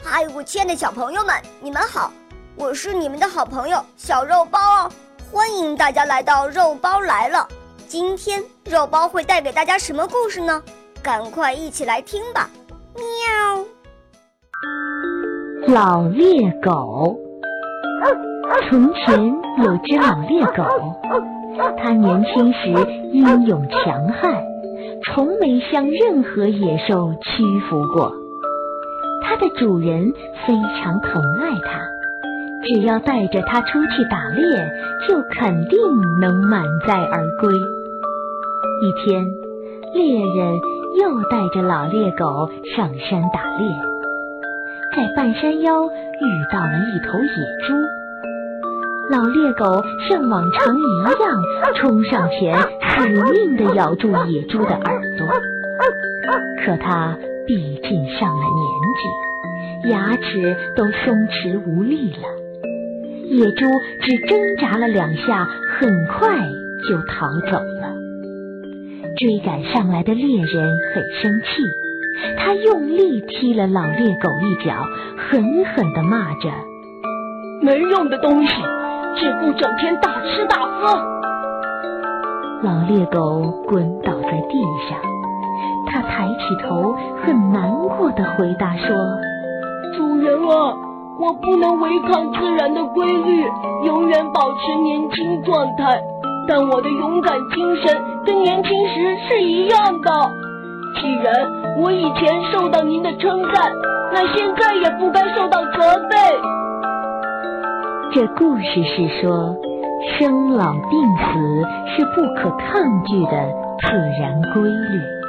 嗨，我亲爱的小朋友们，你们好，我是你们的好朋友小肉包哦，欢迎大家来到肉包来了。今天肉包会带给大家什么故事呢？赶快一起来听吧。喵。 老猎狗。从前有只老猎狗，它年轻时英勇强悍，从没向任何野兽屈服过。它的主人非常疼爱它，只要带着它出去打猎，就肯定能满载而归。一天，猎人又带着老猎狗上山打猎，在半山腰遇到了一头野猪。老猎狗像往常一样冲上前，死命地咬住野猪的耳朵。可它毕竟上了年纪，牙齿都松弛无力了。野猪只挣扎了2下，很快就逃走了。追赶上来的猎人很生气，他用力踢了老猎狗一脚，狠狠地骂着：“ 没用的东西，只顾整天大吃大喝。” 老猎狗滚倒在地上，他抬起头，很难过地回答说：“ 主人啊，我不能违抗自然的规律，永远保持年轻状态，但我的勇敢精神跟年轻时是一样的。既然我以前受到您的称赞，那现在也不该受到责备。” 这故事是说，生老病死是不可抗拒的自然规律。